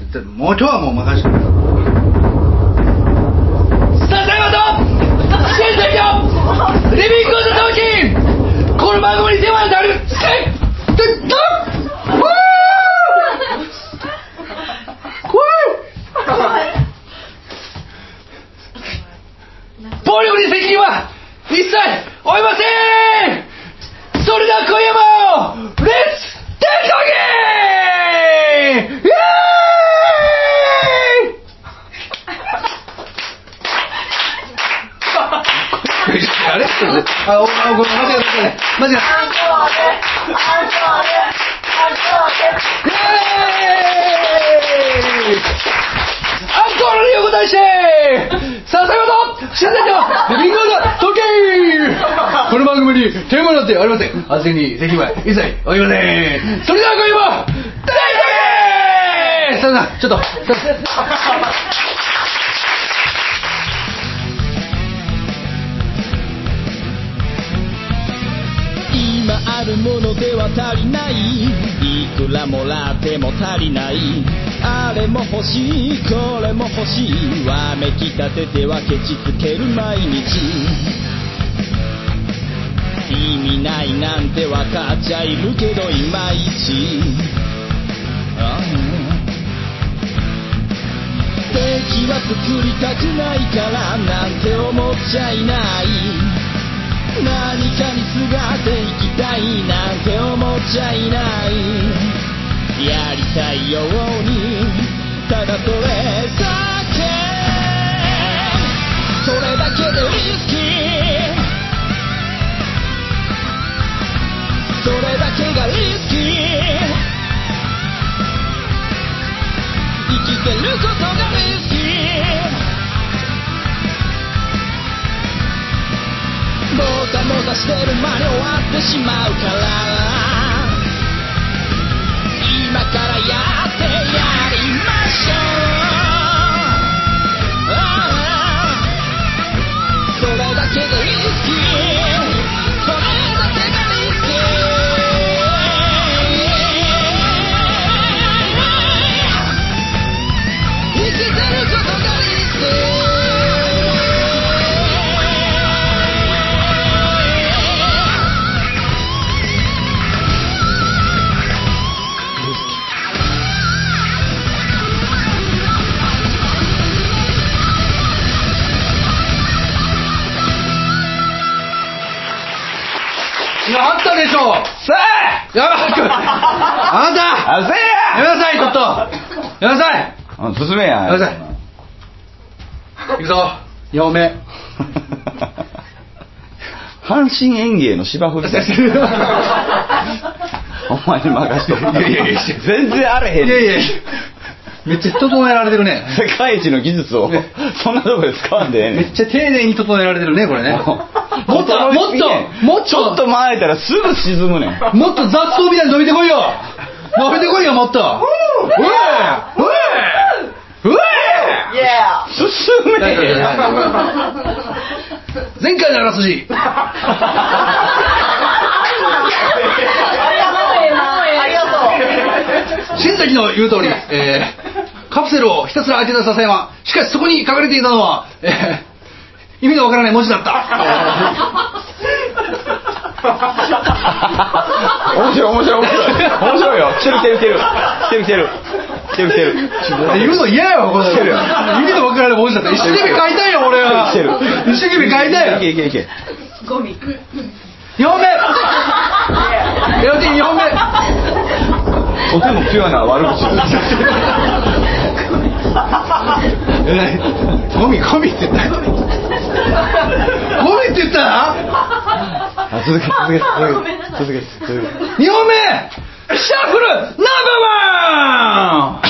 もう今日はもう任せてくれ。笹山と新崎のリビングのトーキン、この番組に手はなる暴力に責任は一切負いません。それでは今夜もレッツテントゲーム、イエーイあれごめん間違えたアンコールにお答えして笹山と新崎のリビングの時計、この番組にテーマなんてありません。発声に責任は一切ありません。それでは今夜もテントゲーム。さあちょっと今あるものでは足りない、いくらもらっても足りない、あれも欲しいこれも欲しい、わめきたててはケチつける毎日、意味ないなんてわかっちゃいるけどいまいち、敵は作りたくないからなんて思っちゃいない、何かにすがっていきたいなんて思っちゃいない、やりたいようにただそれだけ、それだけでリスキー、それだけがリスキー、生きてることがリスキー、もたもたしてる間に終わってしまうから、今からやってやりましょう、それだけでリスキー、それだけがリスキー、生きてることがリスキー、 あったでしょ。さあやばいあんたあせややめなさい、ちょっとやめなさい、 進めややめなさい、行くぞ2本目阪神園芸の芝生みたいお前に任しとく。 いや全然あれへん。 いやめっちゃ整えられてるね。 世界一の技術をそんなとこで使わんでええねん。 めっちゃ丁寧に整えられてるね、これね。もっとちょっと回れたらすぐ沈むねん。 もっと雑草みたいに伸びてこいよ、伸びてこいよ、もっとうえ進めへん。 前回のあらすじ新崎の言う通り、カプセルをひたすら開けた笹山、しかしそこに書かれていたのは、意味のわからない文字だった。 面白いよ。来てる言うの嫌よ、これ。意味のわからない文字だった。一生懸命書いたんよ、俺は。一生懸命書いたんよ。 いけゴミ 2本目2本目とてもピュアな悪口ゴミって言ったゴミって言ったな。 続け 2本目シャッフルナンバーワン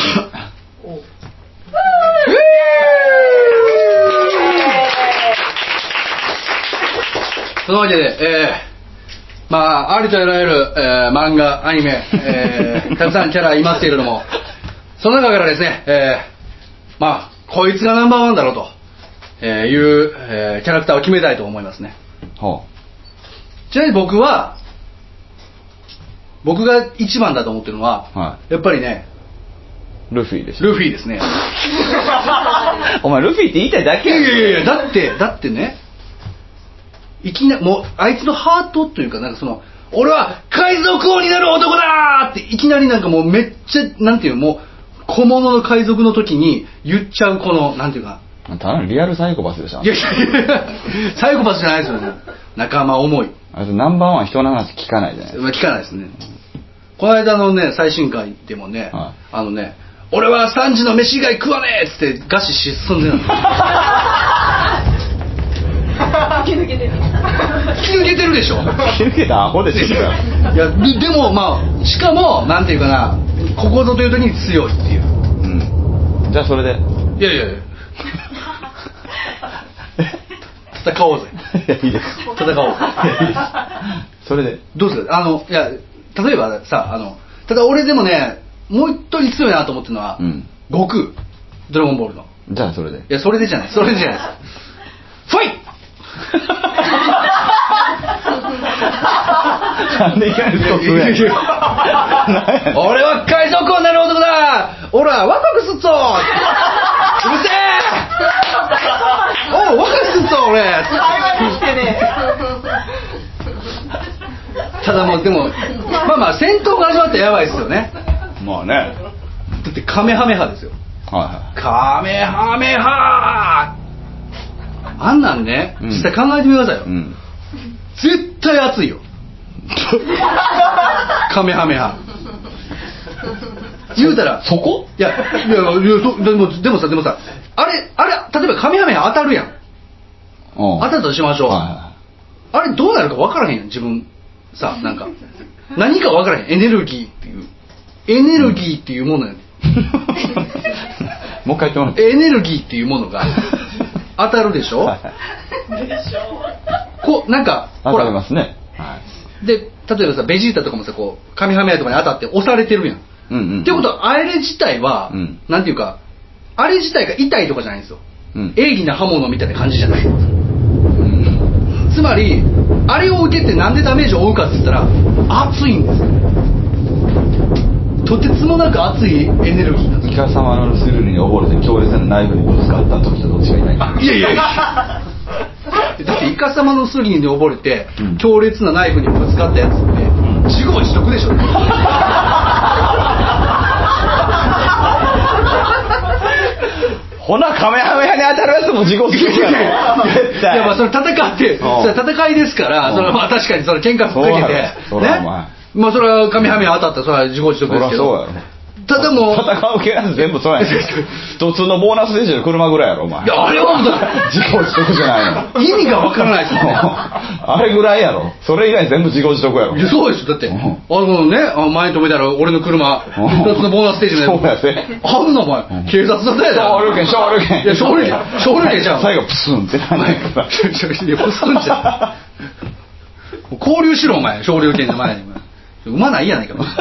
そのわけで、ありとあらゆる、漫画、アニメ、たくさんキャラいますけれども、その中からですね、こいつがナンバーワンだろうという、キャラクターを決めたいと思いますね。ちなみに僕が一番だと思ってるのは、やっぱりね、 ルフィでしょ。 ルフィですね。 お前ルフィって言いたいだけやん。 いやだってね、いきなりもうあいつのハートというか、なんかその俺は海賊王になる男だーっていきなりなんかもうめっちゃなんていうの、もう小物の海賊の時に言っちゃうこのなんていうか、 ただのリアルサイコパスでしょ。 いやサイコパスじゃないですよね。仲間思い。 あとナンバーワン人の話聞かないじゃないですか。 聞かないですね。この間のね最新回でもね、 はい、 俺は3時の飯以外食わねえっつって餓死進んでるの。 突き抜けてる。 突き抜けてるでしょ。 突き抜けたアホでしょ。 いやでもまあしかもなんていうかな、ここぞという時に強いっていう。 うん。じゃあそれで。 いや戦おうぜ。 いやいいです。 戦おうぜ。 それでどうですか。いや例えばさ、ただ俺でもねもう一人強いなと思ってるのは、 うん、 悟空、ドラゴンボールの。 じゃあそれで。 いやそれでじゃないです。ファイなんでいきなり嘘つくやん。 俺は海賊王になる男だ。俺はワクワクすっぞ。うるせえ。おうワクワクすっぞ俺。ただもうでもまあ戦闘が始まったらやばいですよね。 まあね。 だってカメハメハですよ。 はい。 カメハメハ。あんなんね、 うん、 実際考えてみてくださいよ。 うん、 絶対熱いよ。カメハメハ。言うたらそこ？ いやでもさあれ例えばカメハメハ当たるやん。当たったとしましょう。はい、あれどうなるか分からへんやん自分さ、なんか何か分からへん。エネルギーっていうものやねん。 もう一回言ってもらって。 エネルギーっていうものが当たるでしょ。こうなんか当たりますね。はい、 で例えばさベジータとかもさこうカメハメハとかに当たって押されてるやん。ってことはあれ自体は、なんていうかあれ自体が痛いとかじゃないんですよ。鋭利な刃物みたいな感じじゃない。つまりあれを受けてなんでダメージを負うかって言ったら熱いんですよ。とてつもなく熱いエネルギーなんです。 イカ様のスルに溺れて強烈なナイフにぶつかった時とどっちがいないか。 いやだってイカ様のスリに溺れて、強烈なナイフにぶつかったやつって自業自得でしょ。 ほなカメハメハに当たるやつも自業自得やろ。 いやまあそれ戦ってそれ戦いですから、それは確かにそれ喧嘩ふっかけてね、まあそれはカメハメハ当たったらそれは自業自得ですけど。ただもう戦う系やつ全部そうやねん。普通のボーナスでしょ車ぐらいやろお前。 いやあれは自業自得じゃないの。 意味がわからないですよね。 あれぐらいやろ。それ以外全部自業自得やろ。 いやそうですよ。だって前に止めたら俺の車一つのボーナスステージでそうやで。 あんなお前警察だったや少量権いや少量権じゃん。 最後プスンってなんないから。 いやプスンじゃん。交流しろお前少量権の前にうまないやないかね。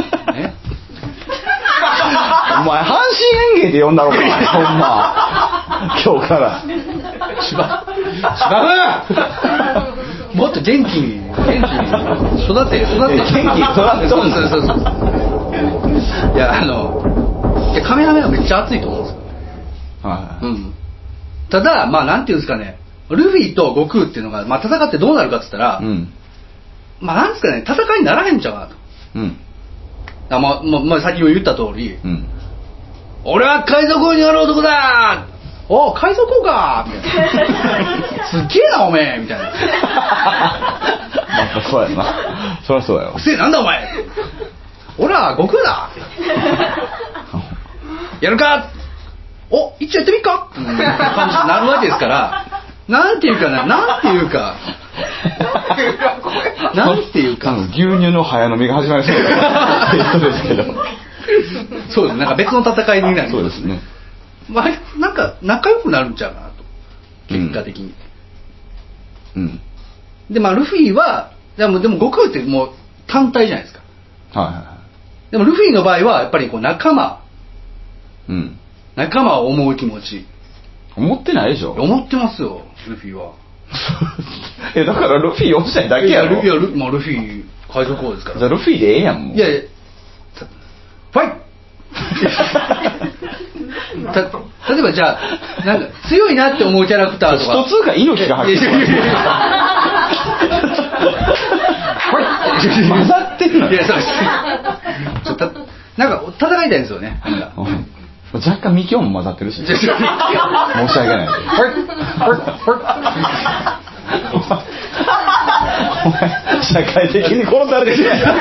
お前阪神園芸で呼んだろうかほんま今日から芝生もっと元気に育てそういやカメハメはめっちゃ熱いと思うんですよ。ただまあなんていうんですかね、ルフィと悟空っていうのが、まあ、戦ってどうなるかって言ったら、まあなんですかね、戦いにならへんちゃうかなと。まあ、先も言った通り、俺は海賊王になる男だー、お海賊王かーみたいなすっげえなおめえみたいなそうやな、そりゃそうやよ。 うせえなんだお前、俺は悟空だやるか、お一応やってみっかって感じになるわけですから、なんていうか牛乳の早飲みが始まりそうな人ですけどそうですね、なんか別の戦いになる。 そうですね、 まあ、なんか仲良くなるんちゃうかなと結果的に、でまあルフィはでも悟空ってもう単体じゃないですか。でもルフィの場合はやっぱりこう仲間を思う気持ち。 思ってないでしょ。 思ってますよルフィは。 だからルフィ落ちたいだけやろ。 まあルフィ海賊王ですから。 じゃあルフィでええやんもう。 いやファイ例えばじゃあなんか強いなって思うキャラクターとかスト2か猪木が入ってる混ざってんのよ。 いやそうですなんか戦いたいんですよね。 若干ミキョンも混ざってるし、申し訳ないけどお前社会的に殺されてるやん。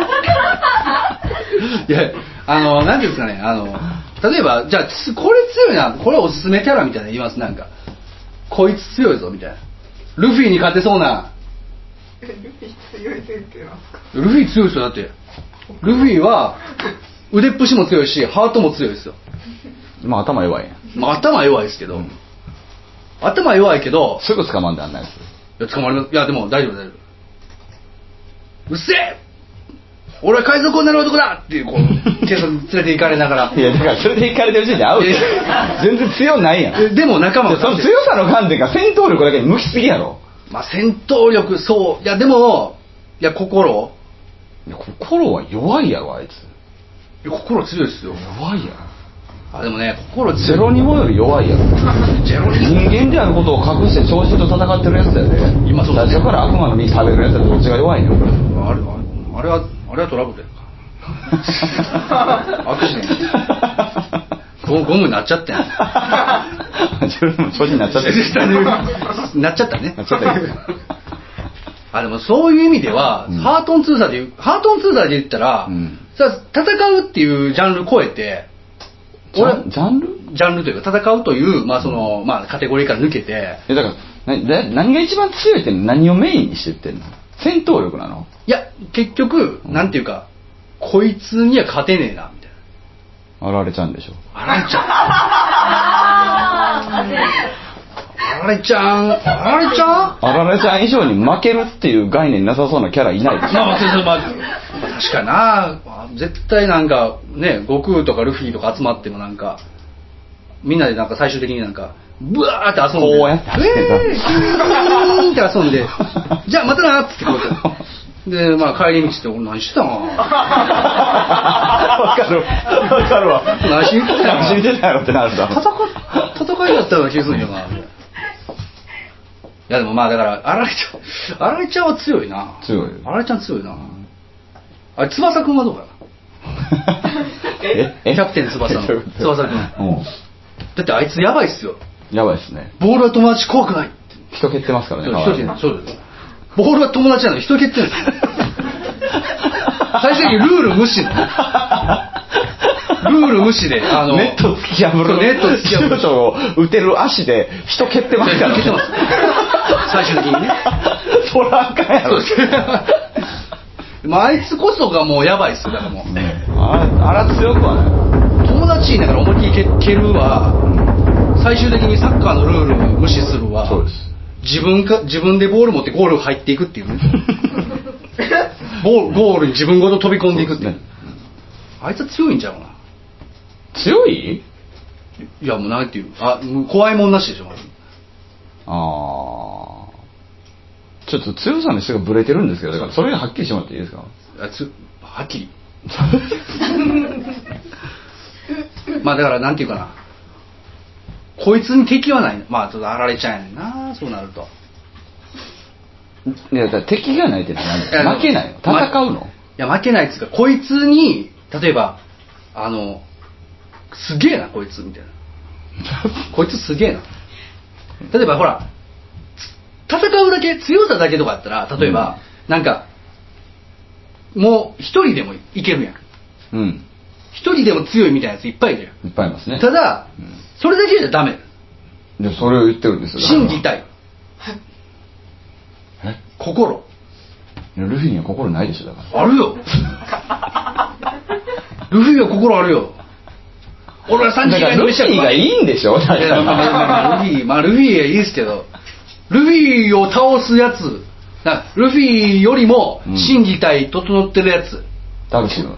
いやなんていうんですかね、例えばじゃあこれ強いな、これおすすめキャラみたいな言います。なんかこいつ強いぞみたいな、ルフィに勝てそうな。 ルフィ強い設定なんですか？ ルフィ強いですよ。だってルフィは腕っぷしも強いしハートも強いですよ。 まあ頭弱いやん。 まあ頭弱いですけど、頭弱いけどすぐ捕まんであんなやつ。 いや捕まります。いやでも大丈夫大丈夫。うっせえ、俺は海賊王になる男だっていうこう警察に連れて行かれながらいやだからそれで行かれてる時点でアウト。全然強ないやん。 でも仲間がその強さの観点が戦闘力だけに向きすぎやろ。 まあ戦闘力、そういやでもいや心は弱いやろあいつ。 いや心強いですよ。 弱いやん。 あでもね心強い。 ゼロニモより弱いやろ。 ゼロニ人間であることを隠して長州と戦ってるやつだよね。 今そうですね。 最初から悪魔の実食べるやつはどっちが弱いの？ あれはトラブルやんか。アクシデント。ゴムになっちゃったやん。 自分も調子になっちゃったなっちゃったね。 なっちゃったよ。 あでもそういう意味では、ハートン通鎖で言ったら、さ戦うっていうジャンル超えて、 ジャンルというか戦うというまあそのまあカテゴリーから抜けて、 だから何が一番強いって何をメインにしてってんの？戦闘力なの？ いや結局なんていうか、こいつには勝てねえなみたいな。 あられちゃんでしょ。 あられちゃん以上に負けるっていう概念なさそうなキャラいないでしょ。まあ確かにな。絶対なんかね、悟空とかルフィとか集まってもなんかみんなでなんか最終的になんかブワーって遊んで、 こうやって遊んでって遊んでじゃあまたなっつってこうやってでまあ帰り道って俺何してたの？ わかるわ。 何しに来たの？ 何しに来たのってなるだろ。 戦いだったような気がするんよな。いやでもまあだからあられちゃんは強いな。 強い。 あられちゃん強いな。あれ翼くんはどうかな？キャプテン翼くん。だってあいつやばいっすよ。 やばいっすね。 ボールは友達怖くない。 人蹴ってますからね。 そうです。ボールは友達なのに人蹴ってるんですよ。最終的にルール無視の。ルール無視でネット突き破る。シュートを打てる足で人蹴ってますからね。 最終的にね。 そらあかんやろ。 まああいつこそがもうやばいっすよ。だからもう。 あら強くはない。 友達いながら思いっきり蹴るわ。最終的にサッカーのルール無視するわ。 そうです。 自分でボール持ってゴール入っていくっていうね。ゴールに自分ごと飛び込んでいくっていう。あいつは強いんちゃうかな。 強い？ いやもうなんていう怖いもんなしでしょ。 ちょっと強さの質がブレてるんですけど、だからそれがはっきりしてもらっていいですか？ はっきりまあだからなんていうかな、こいつに敵はない。まあちょっとあられちゃうやねんな。そうなるといやだから敵がないって何？負けないの？戦うの？いや負けないっつうか、こいつに例えばすげえなこいつみたいなこいつすげえな。例えばほら戦うだけ強さだけとかだったら、例えば、なんかもう一人でもいけるやん。一人でも強いみたいなやついっぱいいるやん。 いっぱいいますね。 ただ、それだけじゃダメ。 でそれを言ってるんですよ。 心技体。心。 ルフィには心ないでしょ。だからあるよ。ルフィは心あるよ。俺は3時間ルフィがいいんでしょ。だからルフィはいいですけど、ルフィを倒すやつ、ルフィよりも心技体整ってるやつ。 ダルシム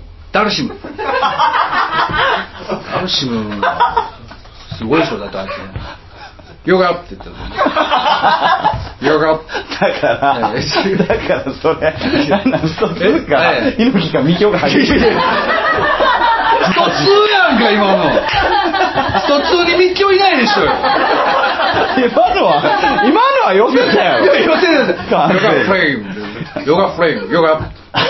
すごいでしょ。だってあいつヨガって言ってる。ヨガ。 だからそれなんスト2か猪木かミキョが入ってる。 やんか今の。スト2に密教いないでしょ。 今のは寄せたやろ。 寄せるんですよ。ヨガフレーム、ヨガフレーム、ヨガ。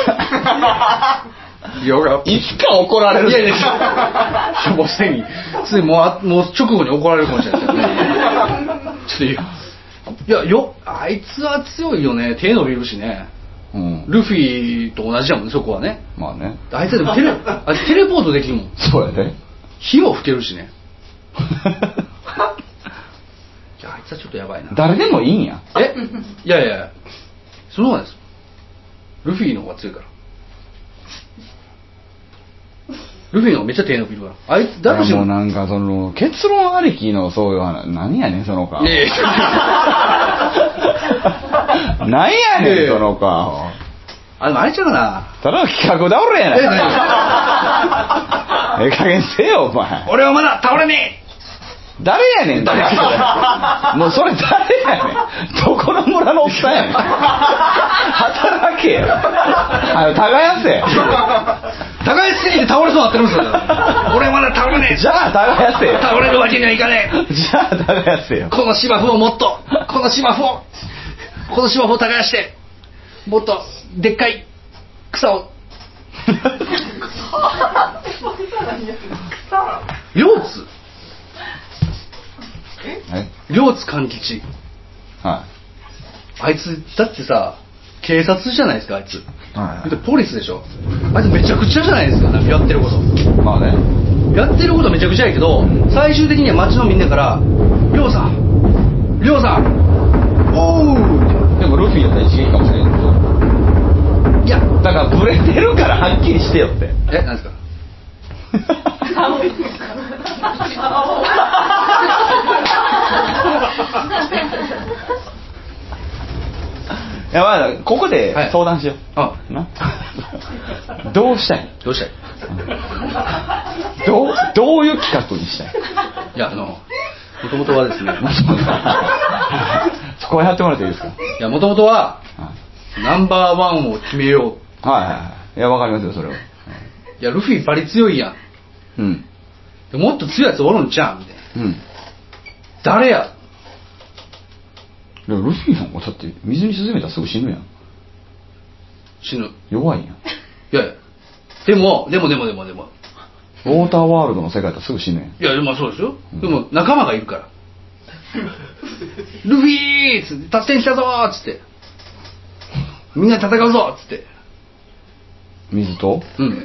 いつか怒られる。 いやもうすでにもう直後に怒られるかもしれないですよね。ちょっとあいつは強いよね。手伸びるしね。 うん、 ルフィと同じやもんね、そこはね。 まあね。 あいつはでもテレポートできるもん。 そうやで。 火も吹けるしね。あいつはちょっとやばいな。 誰でもいいんや。 いやその方がです。ルフィの方が強いから。ルフィの方がめっちゃ手伸びるから。あいつ誰しも。 もうなんかその結論ありきのそういう話。何やねんその顔。何やねんその顔。 でもあれちゃうかな。 ただの企画倒れやない。加減せよお前。 俺はまだ倒れねえ。 誰やねん誰それ。もうそれ誰やねん。どこの村のおっさんやねん。働けよ。耕せ。 耕しすぎて倒れそうになってるんですよ。俺はまだ倒れねえ。 じゃあ耕せよ。 倒れるわけにはいかねえ。 じゃあ耕せよ。 この芝生をもっとこの芝生を耕してもっとでっかい草を両津勘吉。 はい。 あいつだってさ警察じゃないですかあいつ。 はい。 ポリスでしょ。あいつめちゃくちゃじゃないですか。なんかやってること。 まあね。 やってることめちゃくちゃやけど、最終的には町のみんなからりょうさんおー。 でもルフィやったら一撃かもしれんけど。 いやだからブレてるからはっきりしてよって。 何ですか。 いやまあここで相談しよう。 あな。どうしたい？ どうしたい？ どういう企画にしたい？ いやもともとはですね。 そこやってもらっていいですか？ いやもともとはナンバーワンを決めよう。はいいやわかりますよそれは。 いやルフィバリ強いやん。 うん。 もっと強いやつおるんちゃうんみたいな。 うん。 誰や。 ルフィなんかだって水に沈めたらすぐ死ぬやん。 死ぬ。 弱いやん。 いやでもウォーターワールドの世界だったらすぐ死ぬやん。 いやまあそうですよ、でも仲間がいるからルフィーっつって助けに来たぞーっつってみんなで戦うぞっつって水と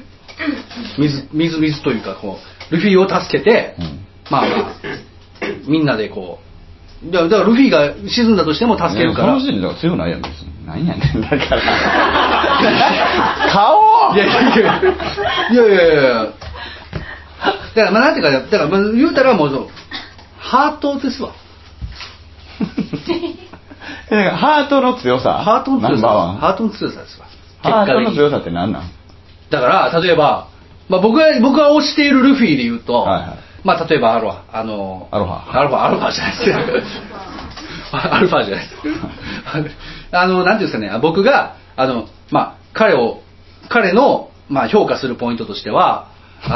水というかこうルフィを助けて、まあみんなでこうだからルフィが沈んだとしても助けるから。 その時点でだから強ないやん別に。何やねんだから。顔。 いや。だからまあなんていうかだからまあ言うたらもうハートですわ。 ハートの強さ。 ハートの強さ。 ハートの強さですわ。 ハートの強さって何なん？ だから例えば、まあ、僕が推しているルフィで言うと。まあ例えばアルファじゃないですか。アルファじゃないですか。なんていうんですかね、僕がまあ彼のまあ評価するポイントとしては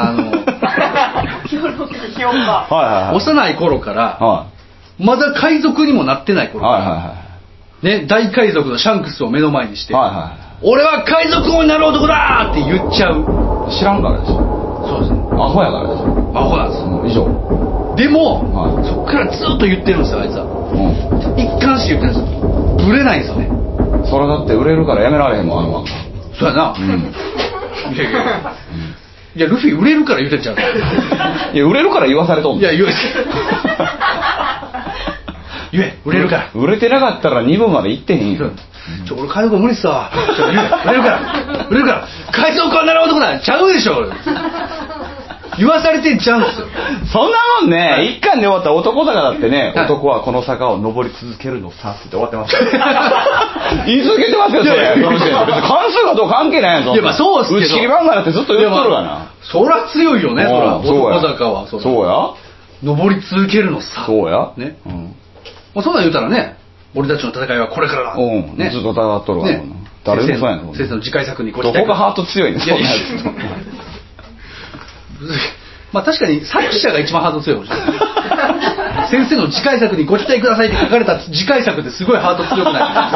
幼い頃からまだ海賊にもなってない頃からね、大海賊のシャンクスを目の前にして、俺は海賊王になる男だって言っちゃう。 知らんからでしょ。 そうですね。 アホやからでしょ。 アホなんですよ。 以上。 でも、そっからずっと言ってるんですよあいつは。一貫して言ってるんですよ。ブレないんですよね。 それだって売れるからやめられへんもんあの漫画。 そうやな。いやルフィ売れるから言うてんちゃう。 いや売れるから言わされとんの。 いや言え売れるから。 売れてなかったら2部まで行ってへんよ。 俺海賊無理っすわ。売れるから海賊はなる男だちゃうでしょ。言わされてんちゃうんですよ。 そんなもんね、一巻で終わった男坂だってね、男はこの坂を登り続けるのさって終わってます。言い続けてますよそれ。別に関数がどう関係ないやん。 いやまあそうっすけど。 打ち切り漫画だってずっと言っとるがな。 そら強いよね。そら男坂はそうや。 登り続けるのさ。 そうや。 ね。もうそんなん言うたらね、俺たちの戦いはこれからだ。 ね。ずっと戦っとるわ。誰もそうやん。 先生の次回作にどこがハート強いね。 まあ確かに作者が一番ハード強いかもしれない先生の次回作にご期待くださいって書かれた次回作ってすごいハード強く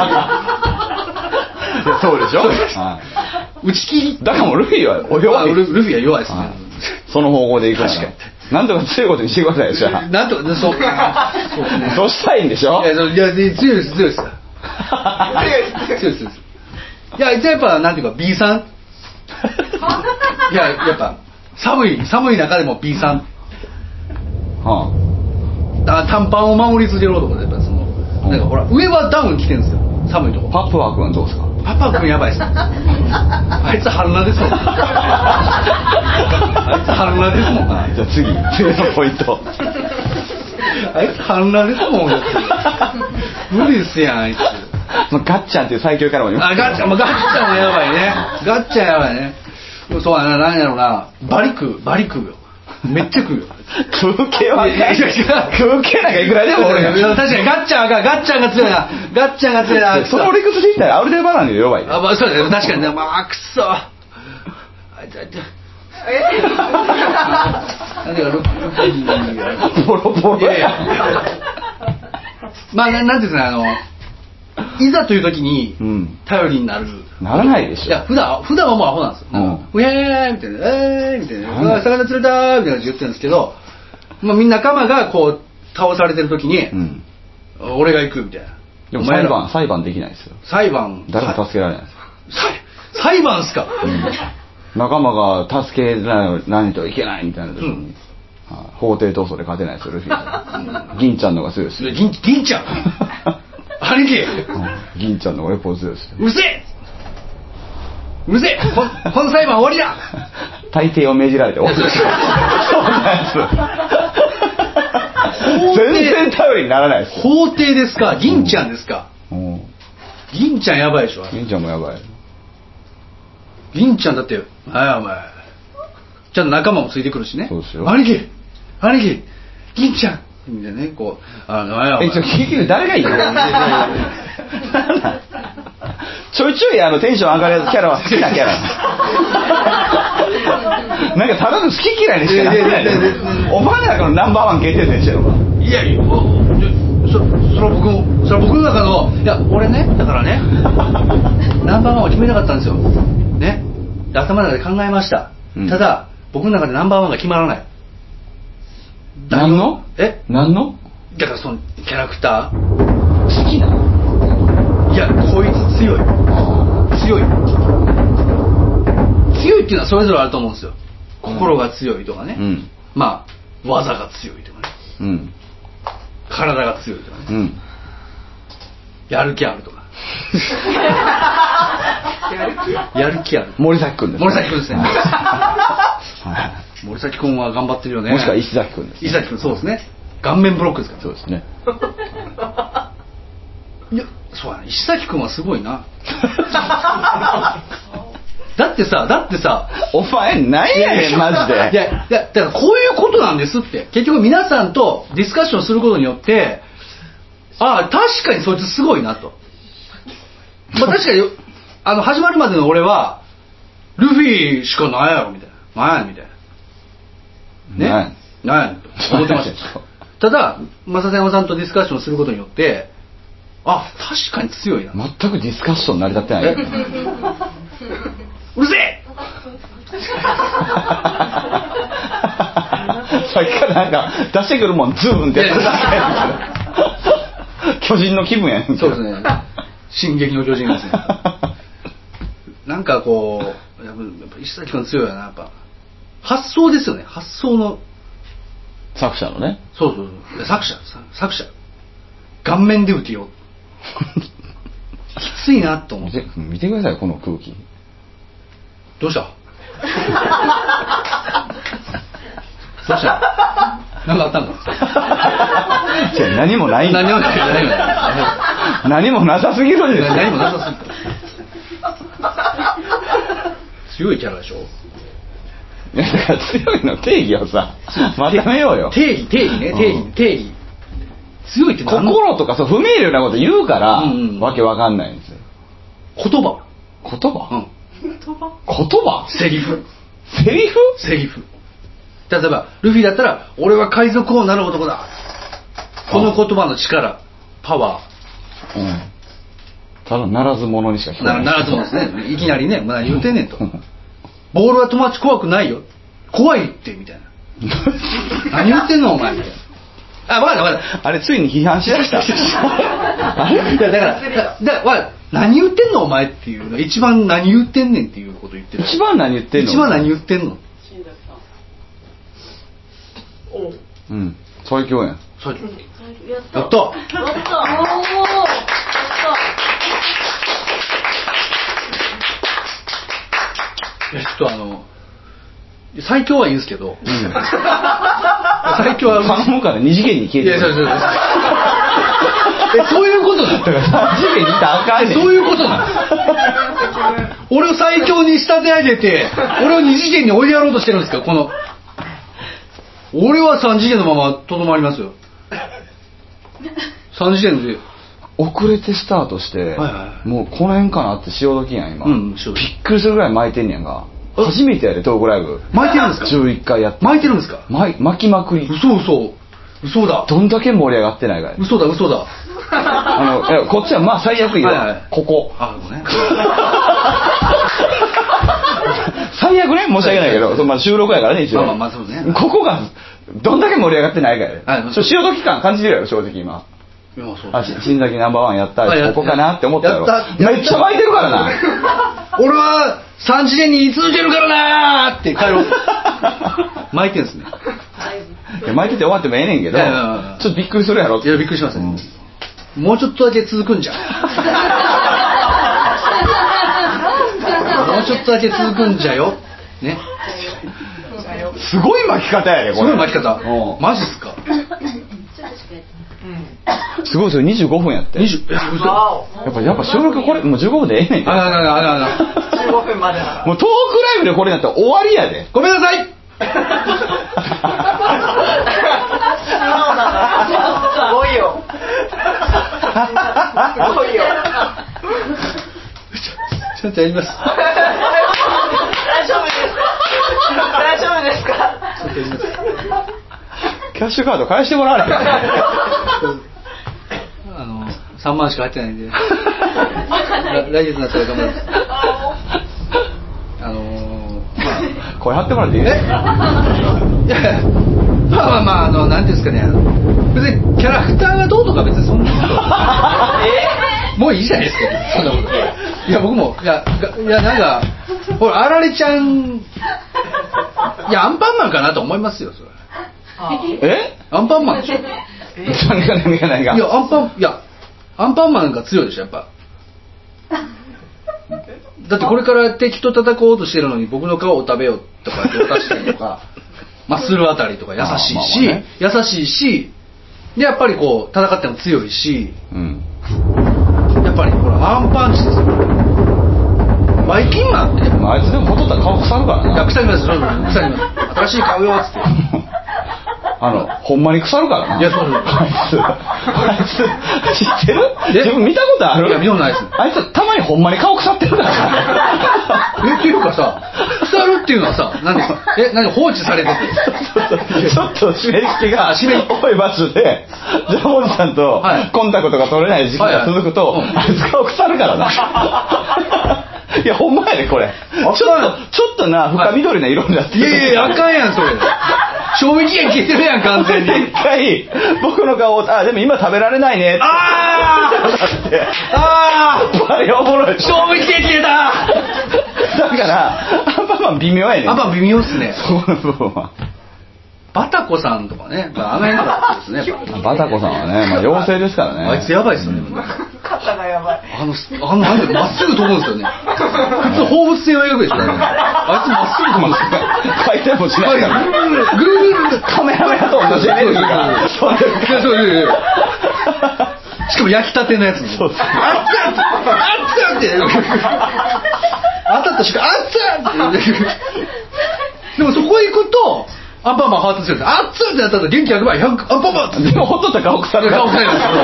ないそうでしょ。 打ち切りだからもうルフィは弱い。 ルフィは弱いですね。 その方向でいくから。 確かに。 なんとか強いことにしてくださいよ、じゃあ。 なんとか、そうですね。 そうしたいんでしょ。 いや強いです強いです。強いです。いややっぱなんていうか B さん。いややっぱ寒い中でも B さん。短パンを守り続ける男でやっぱそのなんかほら上はダウン着てるんですよ。寒いとこ。 パップワークはどうですか。 パパ君やばいっす。あいつ春菜ですもん。あいつ春菜ですもん。 じゃあ次のポイント。 あいつ春菜ですもん。無理ですやんあいつ。 ガッチャンっていう最強キャラもいます。 ガッチャンもやばいね。ガッチャンやばいね。そうやな、なんやろうな。バリ食うよ。めっちゃ食うよ。 空気は空気なんかいくらでも俺。 確かにガッチャンが強いな。 その理屈で言ったらアルデバランに弱い。 まあそうだよ。確かにね。まあくそ。なんでかボロボロや。 まあなんていうんですかいざという時に頼りになる。 ならないでしょ。 いや普段はもうアホなんですよ。うへーみたいな、みたいな、魚釣れたみたいな感じで言ってるんですけど、まあみんな仲間がこう倒されてる時に、俺が行くみたいな。 でも裁判できないですよ。 裁判誰も助けられないです。 裁判っすか。 仲間が助けないといけないみたいな時に、法廷闘争で勝てないですよルフィ。銀ちゃんの方が強いですよ。 銀ちゃん。兄貴。 銀ちゃんの方がよっぽど強いですよ。 うるせえこの裁判終わりだ。 大抵を命じられて終わりですよ。そうなんです。全然頼りにならないです。 法廷ですか。銀ちゃんですか。銀ちゃんやばいでしょ。 銀ちゃんもやばい。 銀ちゃんだってお前ちゃんと仲間もついてくるしね。 そうですよ。 兄貴銀ちゃんみたいなね、こう結局誰がいいの。ちょいちょいテンション上がるキャラは好きなキャラ。なんかただの好き嫌いにしかなってない。お前らのナンバーワン決定戦してるのか。 いやそれは僕の中のいや俺ねだからねナンバーワンを決めなかったんですよね。頭の中で考えました。ただ僕の中でナンバーワンが決まらない。 何のだからそのキャラクター好きなの。 いやこいつ強いっていうのはそれぞれあると思うんですよ。心が強いとかね、まあ技が強いとかね、体が強いとかね、やる気あるとかやる気ある。 森崎くんですね。 森崎くんは頑張ってるよね。 もしくは石崎くんです、 石崎くんそうですね。顔面ブロックですから。 そうですね。 いやそうやね。石崎くんはすごいな。だってさお前何やねんマジで。 いやだからこういうことなんですって。結局皆さんとディスカッションすることによって確かにそいつすごいなと。まあ確かに始まるまでの俺はルフィしかないやろみたいなみたいなね、なんやと思ってました。ただ正山さんとディスカッションすることによって確かに強いな。 全くディスカッション成り立ってない。 うるせえ。 さっきからなんか出してくるもんズーンってやってる。巨人の気分やねん。 そうですね。進撃の巨人ですね。なんかこうやっぱ石崎君強いよな。やっぱ発想ですよね。発想の作者のね。 そう作者顔面で打てよ。きついなと思って。 見てくださいこの空気。 どうした何かあったんか。 何もない。何もなさすぎるんですよ。 何もなさすぎる。強いキャラでしょ。 いやだから強いの定義をさまとめようよ。 定義強いって心とか不明瞭なこと言うから、わけわかんないんですよ。 言葉セリフ例えばルフィだったら俺は海賊王になる男だ、この言葉の力、パワー、 うん、ただならず者にしか聞こえない。 ならず者ですね。いきなりね、もう何言ってんねんと。ボールは友達怖くないよ、怖いってみたいな。何言ってんのお前みたいな。あ、分かった分かった。 あれついに批判しだした。 あれ？だから何言ってんのお前っていうの、一番何言ってんねんっていうこと言ってる。 一番何言ってんの？ 一番何言ってんの？ うん、最強やん。 最強。 やった。 やった。 やった。おー。やった。 いやちょっと最強はいいんですけど、最強は頼むから二次元に消えてる。 いやそういうことなんだから三次元にいたらあかんねん。 そういうことなん俺を最強に仕立て上げて俺を二次元に追いやろうとしてるんですか。この俺は三次元のままとどまりますよ。三次元で遅れてスタートして、はいはい、もうこの辺かなって潮時やん今、うん、びっくりするぐらい巻いてんねやんが。初めてやでトークライブ巻いてるんですか。 11回やって巻いてるんですか。 巻きまくり。 嘘だ。 どんだけ盛り上がってないかい。 嘘だ。 いやこっちはまあ最悪いいわ、はいはい、ここね、最悪ね、申し訳ないけど、まあ、収録やからね一応、 まあそうね、 ここがどんだけ盛り上がってないかや、はい、潮時感感じてるやろ正直今。新崎ナンバーワンやったらここかなって思ったやろ。めっちゃ巻いてるからな。 俺は3次元に居続けるからなーって帰ろう。巻いてるんですね。 いや巻いてて終わってもええねんけど、ちょっとびっくりするやろ。 いやびっくりしますね、もうちょっとだけ続くんじゃん。もうちょっとだけ続くんじゃよね。 すごい巻き方やねこれ。 すごい巻き方。マジっすか。 すごいですよ。25分やって。やっぱ収録これもう15分でええねん。 15分までなら。 もうトークライブでこれだったら終わりやで。 ごめんなさい。 すごいよ。すごいよ。 ちょっとやります。 大丈夫ですか。大丈夫ですか。 ちょっとやります。 キャッシュカード返してもらわれへん。 3万しか入ってないんで。来月になったら頑張ります。 これ貼ってもらっていいですか。 まあなんていうんですかね、別にキャラクターがどうとか別にそんなこともういいじゃないですか、そんなこと。いや僕もいやなんかほらあられちゃん、いやアンパンマンかなと思いますよそれ。アンパンマンでしょ。 何がいやアンパンマンが強いでしょやっぱ。だってこれから敵と戦おうとしてるのに僕の顔を食べようとかって渡したりとかマッスルあたりとか優しいし、優しいし、でやっぱりこう戦っても強いし、やっぱりほらアンパンチですよ。バイキンマンってあいつでもほとんど顔腐るからな。 いや腐ります、腐ります。新しい顔よっつってほんまに腐るからな。 いやそうあいつ知ってる？自分見たことある？ いや見たことないです。 あいつたまにほんまに顔腐ってるからっていうかさ、腐るっていうのはさ、何放置されててちょっと湿り気が多い場所でジャムおじさんとコンタクトが取れない時期が続くと、あいつ顔腐るからな。いやほんまやでこれ。ちょっとな深緑な色になってる。 いやあかんやんそれ。賞味期限消えてるやん完全に。 一回僕の顔をでも今食べられないねって。あれおもろい。 賞味期限消えた。 だからアンパンマン微妙やねん。 アンパン微妙っすね。 そこの部分は。 バタコさんとかね、あの辺とかですね。 バタコさんはね、妖精ですからね。 あいつやばいっすよね。 肩がやばい。 なんでまっすぐ飛ぶんですよね。普通放物線を描くでしょ。あいつまっすぐ飛ぶんですよ。 回転もしないから。 ぐるぐるカメラマンと同じエネルギーが。 そうしかも焼きたてのやつに。あっつって当たった瞬間あっつってでもそこ行くとアンパンマンハートするんですよ。あっつってやったら元気100倍アンパンマンって。 でもほっとったら顔腐るから。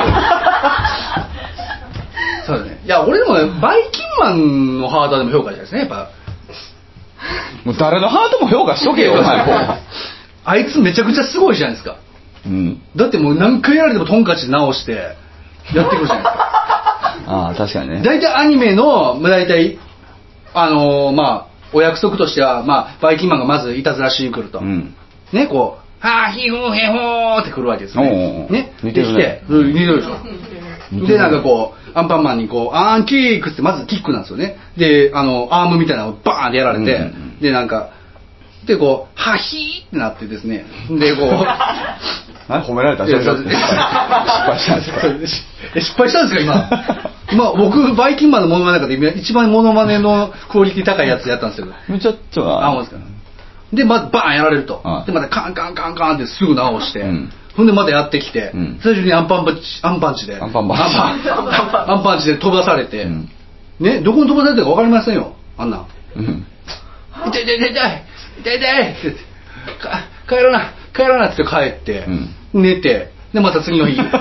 そうだね。いや俺でもねバイキンマンのハートでも評価じゃないですねやっぱ。 もう誰のハートも評価しとけよお前。 あいつめちゃくちゃすごいじゃないですか。 うん。 だってもう何回やられてもトンカチで直してやってくるじゃないですか。 ああ、確かにね。 大体アニメの大体お約束としては、バイキンマンがまずいたずらしに来ると、ね、こうはーヒーフーヘホーって来るわけですね。ね、 似てるね。 似てるでしょ。でなんかこうアンパンマンにこうアーンキックってまずキックなんですよね。でアームみたいなのをバーンってやられて、でなんかでこうハヒーってなってですね、でこう褒められた。失敗したんですか。 失敗したんですか今僕バイキンマンのモノマネの中で一番モノマネのクオリティ高いやつやったんですけど、 ちょっとそうですか。でまずバーンやられると、でまたカンカンカンカンってすぐ直して、ほんでまたやってきて、最初にアンパンチで飛ばされて、ね、どこに飛ばされてるか分かりませんよ、あんな。痛い痛い痛い痛い痛い痛いって帰らなって帰って、寝て、でまた次の日寝て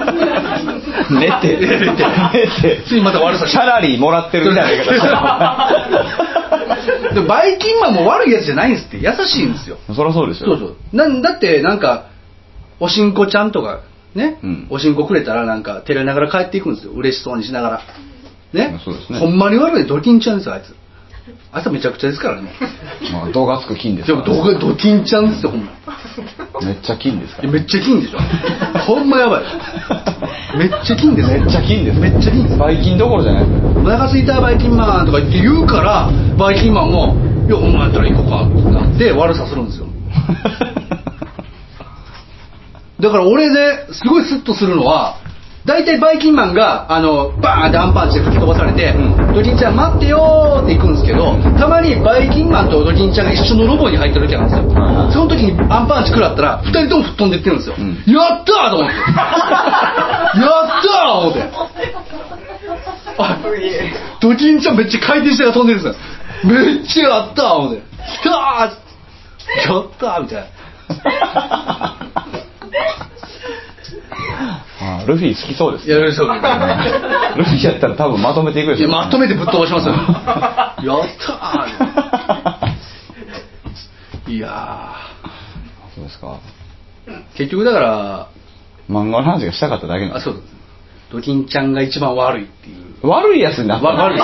次また悪さサラリーもらってるみたいな言い方でバイキンマンも悪いやつじゃないんですって、優しいんですよ。 そりゃそうですよ。 そうだってなんかおしんこちゃんとかね、おしんこくれたらなんか照れながら帰っていくんですよ、嬉しそうにしながらね。そうですね。ほんまに悪いドキンちゃんですよ、あいつめちゃくちゃですからね。 度がつく金ですから、 でもドキンちゃんですよ、ほんま。 めっちゃ金ですから、 めっちゃ金でしょ。ほんまやばい。めっちゃ金です。 めっちゃ金です。 めっちゃ金です。 バイキンどころじゃない。 お腹すいたバイキンマンとか言って言うから、バイキンマンもいやお前やったら行こうかってなって悪さするんですよ。だから俺ですごいスッとするのは、大体バイキンマンがバーンってアンパンチで吹き飛ばされて、ドキンちゃん待ってよーって行くんですけど、たまにバイキンマンとドキンちゃんが一緒のロボに入ってる時なんですよ。その時にアンパンチ食らったら2人とも吹っ飛んでいってるんですよ。やったーと思ってやったー思ってドキンちゃんめっちゃ回転して飛んでるんですよ。めっちゃやったー思ってきたーやったーみたいなルフィ好きそうですね。 いやルフィやったら多分まとめていくでしょ。 まとめてぶっ飛ばしますよ。やったー。いやー。 そうですか。 結局だから漫画の話がしたかっただけなんです。 そうです。ドキンちゃんが一番悪いっていう。 悪いやつになった。 悪い。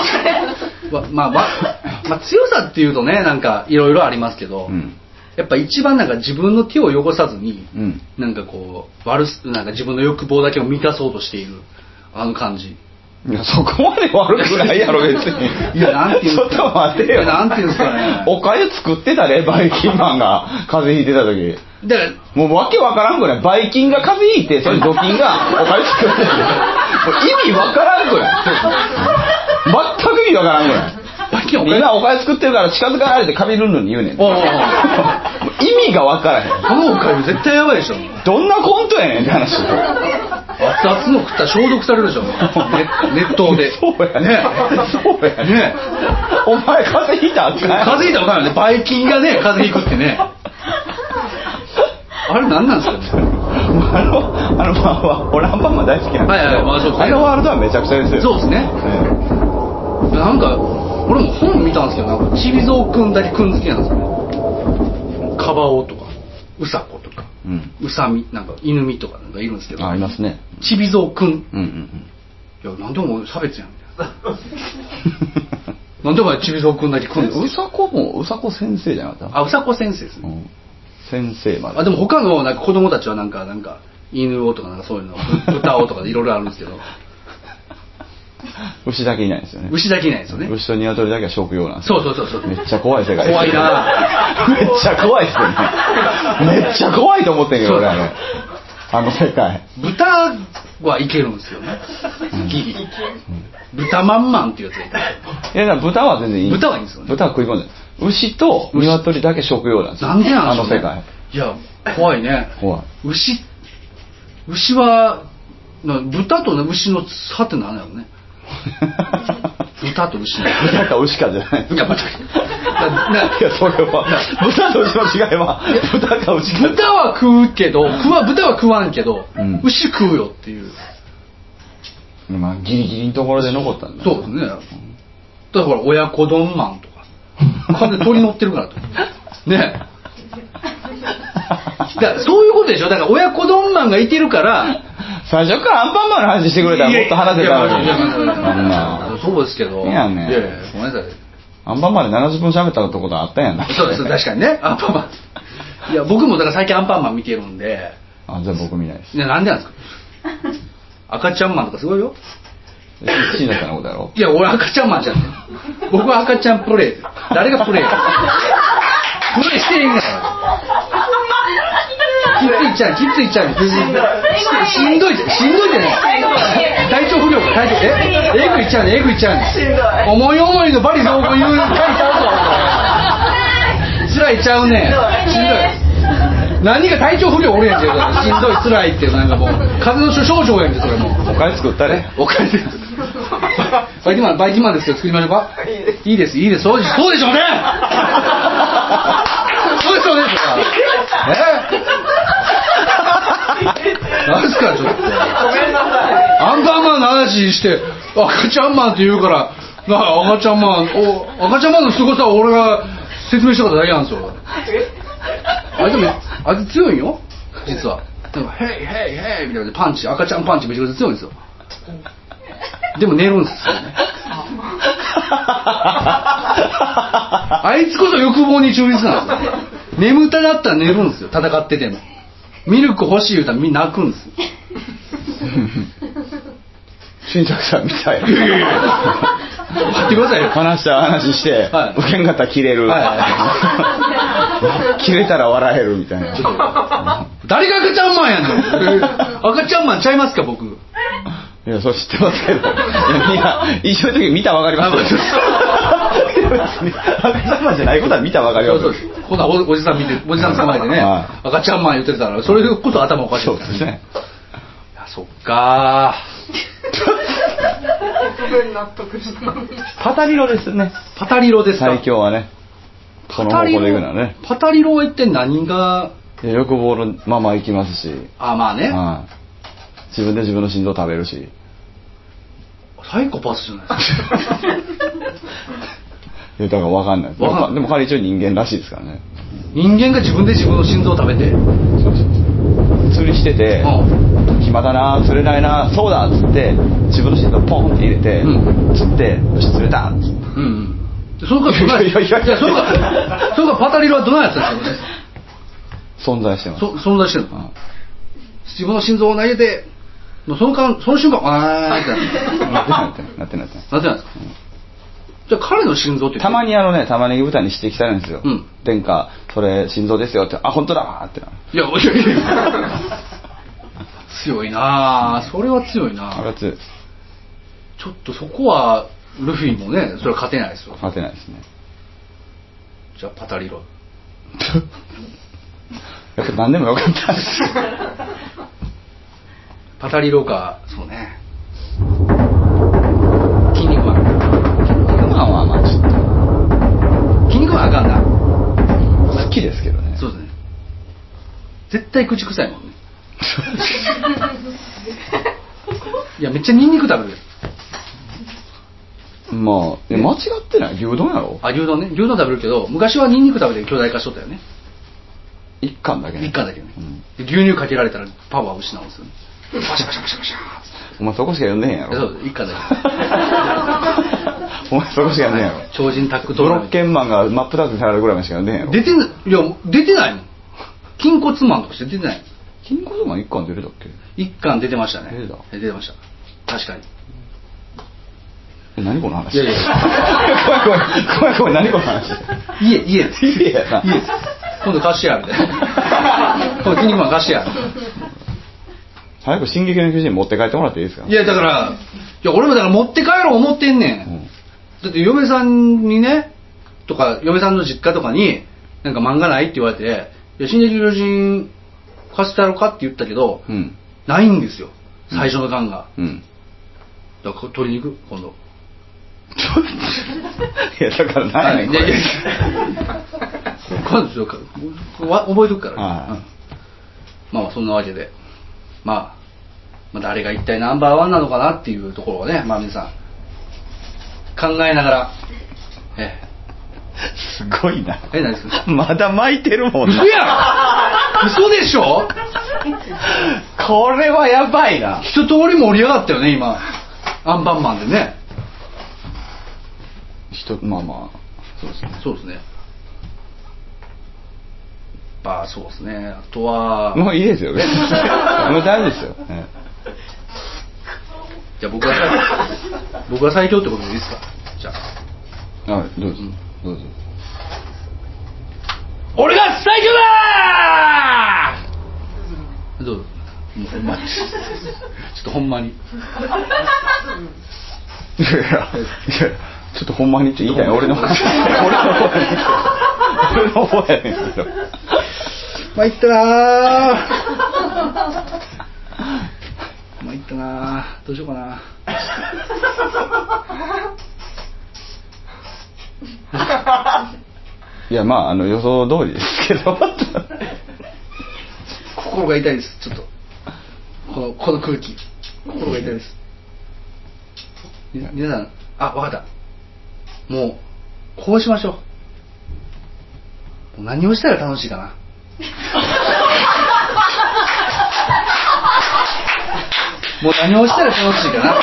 強さっていうとね、なんかいろいろありますけど。やっぱ一番なんか自分の手を汚さずに、なんかこうなんか自分の欲望だけを満たそうとしているあの感じ。 いやそこまで悪くないやろ別に。 いやなんていうんですか。 ちょっと待てよ。 なんていうんですかね。 おかゆ作ってたねバイキンマンが風邪ひいてた時。 だからもうわけわからんくらい。バイキンが風邪ひいてそれドキンがおかゆ作ってた。もう意味わからんくらい。全く意味わからんくらい。今おかゆ作ってるから近づかないでカビルンルンに言うねん。意味が分からへん。 このおかゆ絶対やばいでしょ。 どんなコントやねんって話。 熱々の食ったら消毒されるでしょ。熱湯で。 そうやね。そうやね。お前風邪ひいたらあかん。 風邪ひいたらあかんよね。バイキンがね風邪ひくってね。あれ何なんですかね。 俺アンパンマン大好きなんですけど、あのワールドはめちゃくちゃですよ。 そうですね。なんか俺も本見たんですけど、なんかちびぞうくんだけくん好きなんですよね。カバオとかウサコとか、ウサミなんか犬ミとかなんかいるんですけど、 いますね。 ちびぞうくん。いやなんでも差別やんみたいな。なんでお前ちびぞうくんだけくんですか。 ウサコもウサコ先生じゃなかった。 ウサコ先生ですね。 先生まで。 でも他のなんか子供たちはなんか犬王とかなんかそういうの豚王とかいろいろあるんですけど。 牛だけいないんですよね。 牛だけいないですよね。 牛と鶏だけは食用なんですよ。 そう。 めっちゃ怖い世界です。 怖いな。 めっちゃ怖いですよね。めっちゃ怖いと思ってんけど俺あの世界。 豚はいけるんですよね。ギリ。豚まんまんっていうやつがいた。 いや豚は全然いい。 豚はいいんですよね。 豚は食い込んでる。牛と鶏だけ食用なんですよ。 なんでなんですか、あの世界。 いや怖いね。 怖い。 牛は豚と牛の差って何だろうね。豚と牛。 豚か牛かじゃない。いや豚。いやそれは豚と牛の違いは豚か牛か。 豚は食うけど豚は食わんけど、牛食うよっていう。 まあギリギリのところで残ったんだ。 そうですね。だからほら親子丼マンとか。風鳥乗ってるからと。ね。 からそういうことでしょ。だから親子丼マンがいてるから最初からアンパンマンの話してくれたらもっと話せたのに。 そうですけど。 いやね。 ごめんなさい。 アンパンマンで70分喋ったってことあったんやんな。 そうです、確かにね。アンパンマン。いや、僕もだから最近アンパンマン見てるんで。 あ、じゃあ僕見ないです。 なんでなんですか。赤ちゃんマンとかすごいよ。 死んだったのことやろ。 いや、俺赤ちゃんマンじゃん。僕は赤ちゃんプレイ。誰がプレイプレイしてへんがな。きついっちゃう。しんどいってね。体調不良か。えぐいっちゃうね。思い思いのバリ造語言う書いちゃうぞ。辛いちゃうね。しんどい。何が体調不良おるやんけ。しんどい辛いってなんかもう風邪の症状やんけそれもう。 お金作ったね。 お金で。バイキンマンですけど作りましょうか。いいです。そうでしょうね。そうでしょうね。なんすかちょっと。 ごめんなさい。 アンパンマンの話して赤ちゃんマンって言うから赤ちゃんマンの凄さを俺が説明したことだけなんですよ。あいつ強いよ実は。なんかヘイみたいなパンチ、赤ちゃんパンチめちゃくちゃ強いんですよ。でも寝るんですよね。あいつこそ欲望に忠実なんですよ。眠ただったら寝るんですよ。戦っててもミルク欲しい言うたらみんな泣くんですよ。 新作さんみたい。 待ってくださいよ。 話して、 はい、 受けんかったら切れる、切れたら笑えるみたいな。 誰が赤ちゃんマンやねん。赤ちゃんマンちゃいますか僕。 いやそれ知ってますけど。いやみんな一緒の時見たらわかりますよ。赤ちゃんマンじゃないことは見たらわかりますよ。 こんなおじさん捕まえてね、赤ちゃんマン言ってたらそれこそ頭おかしい。 そうですね。 いやそっかパタリロですね。 パタリロですか。 最強はね。この方向で行くのはね。 パタリロは一体何が。 欲望のまま行きますし。 まあね。 自分で自分の心臓食べるし。 サイコパスじゃないですか。 いやだから分かんない。でも彼一応人間らしいですからね。 人間が自分で自分の心臓を食べて。そう釣りしてて、暇だな釣れないなそうだっつって自分の心臓ポンって入れて、釣ってよし釣れたっつって。 そのかパタリロはどないやつですかね。 存在してます。 存在してるの。自分の心臓を投げてその瞬間なってないですか。じゃあ彼の心臓ってたまに玉ねぎ豚に指摘されるんですよ。殿下それ心臓ですよって本当だってな。 いや強いなそれは強いな。 あれは強い。 ちょっとそこはルフィもねそれは勝てないですよ。 勝てないですね。 じゃあパタリロ。 やっぱ何でもよかったです。 パタリロかそうね。筋肉マンはまあちょっと筋肉マンあかんな。 好きですけどね。 そうですね。絶対口臭いもんね。いやめっちゃニンニク食べる。 まあ間違ってない。牛丼やろ。 牛丼ね。牛丼食べるけど昔はニンニク食べて巨大化しとったよね。 一貫だけね。 牛乳かけられたらパワー失うんですよね。パシャパシャパシャパシャ。 お前そこしか読んでへんやろ。 そう一貫だけ。 お前そこしか読んでへんやろ。 超人タッグトブロッケンマンが真っ二つにされるぐらいまでしか読んでへんやろ。 出てないもん。筋骨マンとかして出てない。 筋骨マン一貫出るだっけ。 一貫出てましたね。 出てました。確かに。 何この話。 いやごめん何この話。 家やな。 今度貸してやるで。今度筋肉マン貸してやる。 早く進撃の巨人持って帰ってもらっていいですか。 いやだから俺もだから持って帰ろう思ってんねん。だって嫁さんにねとか嫁さんの実家とかになんか漫画ないって言われて進撃の巨人貸してやろうかって言ったけど、ないんですよ最初の巻が。だから取りに行く今度。 いやだから何やねんこれ。 今度覚えとくから、まあそんなわけで、まあ誰が一体ナンバーワンなのかなっていうところをね、皆さん考えながらすごいな。 何ですか？ まだ巻いてるもんな。 嘘やん。嘘でしょ？ これはやばいな。 一通り盛り上がったよね今。アンパンマンでね。 まあまあそうですね。 そうですね。まあそうですね。あとはもういいですよ。もう大丈夫ですよ。 じゃあ僕が最強ってことでいいですか？じゃあ。 あ、どうぞ。どうぞ。 俺が最強だー！どうぞ。もうほんまに。ちょっとほんまに。 いやちょっとほんまにって言いたい。俺の方やねんけど。 参ったなー。参ったなー。どうしようかな。 いやまあ予想通りですけど。 心が痛いです。ちょっとこの空気。心が痛いです。皆さん、分かった。もうこうしましょう。もう何をしたら楽しいかな。もう何をしたら楽しいかな。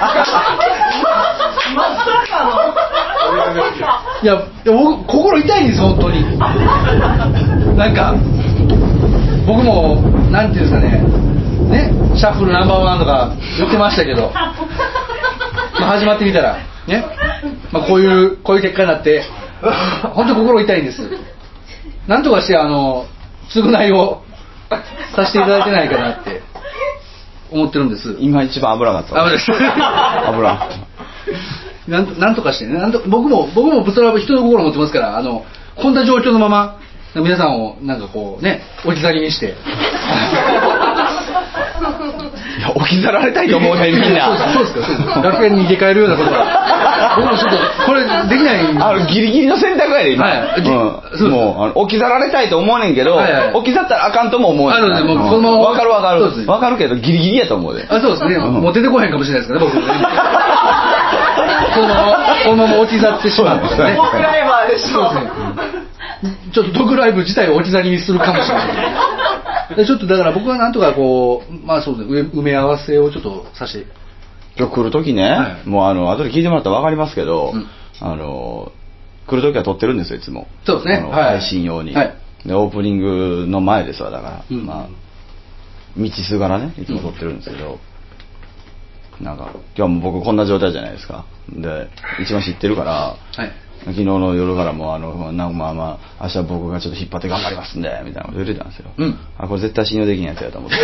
いや僕心痛いんです本当に。なんか僕もなんていうんですかね、シャッフルナンバーワンとか言ってましたけど、始まってみたらね、こういう結果になって本当に心痛いんです。なんとかして償いをさせていただいてないかなって思ってるんです。 今一番危なかった。 危なんとかしてね。僕もブスラブ人の心持ってますから、こんな状況のまま皆さんをなんかこうね置き去りにして。 いや置き去られたいと思うねみんな。 そうですか。楽園に逃げ帰るようなことは僕もちょっとこれできない。 ギリギリの選択やで今。もう置き去られたいと思うねんけど、置き去ったらあかんとも思うねん。わかるわかるけどギリギリやと思うで。 そうですね。もう出てこへんかもしれないですからね僕ね。このまま落ち去ってしまったらね。 ドクライバーでしょ。 ちょっとドクライブ自体を置き去りにするかもしれない。ちょっとだから僕はなんとかこうそうですね、埋め合わせをちょっとさせて。 今日来る時ね、もう後で聞いてもらったら分かりますけど、来る時は撮ってるんですよいつも。 そうですね。 配信用に。でオープニングの前ですわだから、道すがらねいつも撮ってるんですけど。なんか今日も僕こんな状態じゃないですか。で一番知ってるから、昨日の夜からも明日僕がちょっと引っ張って頑張りますんでみたいなこと言ってたんですよ。これ絶対信用できんやつやと思って。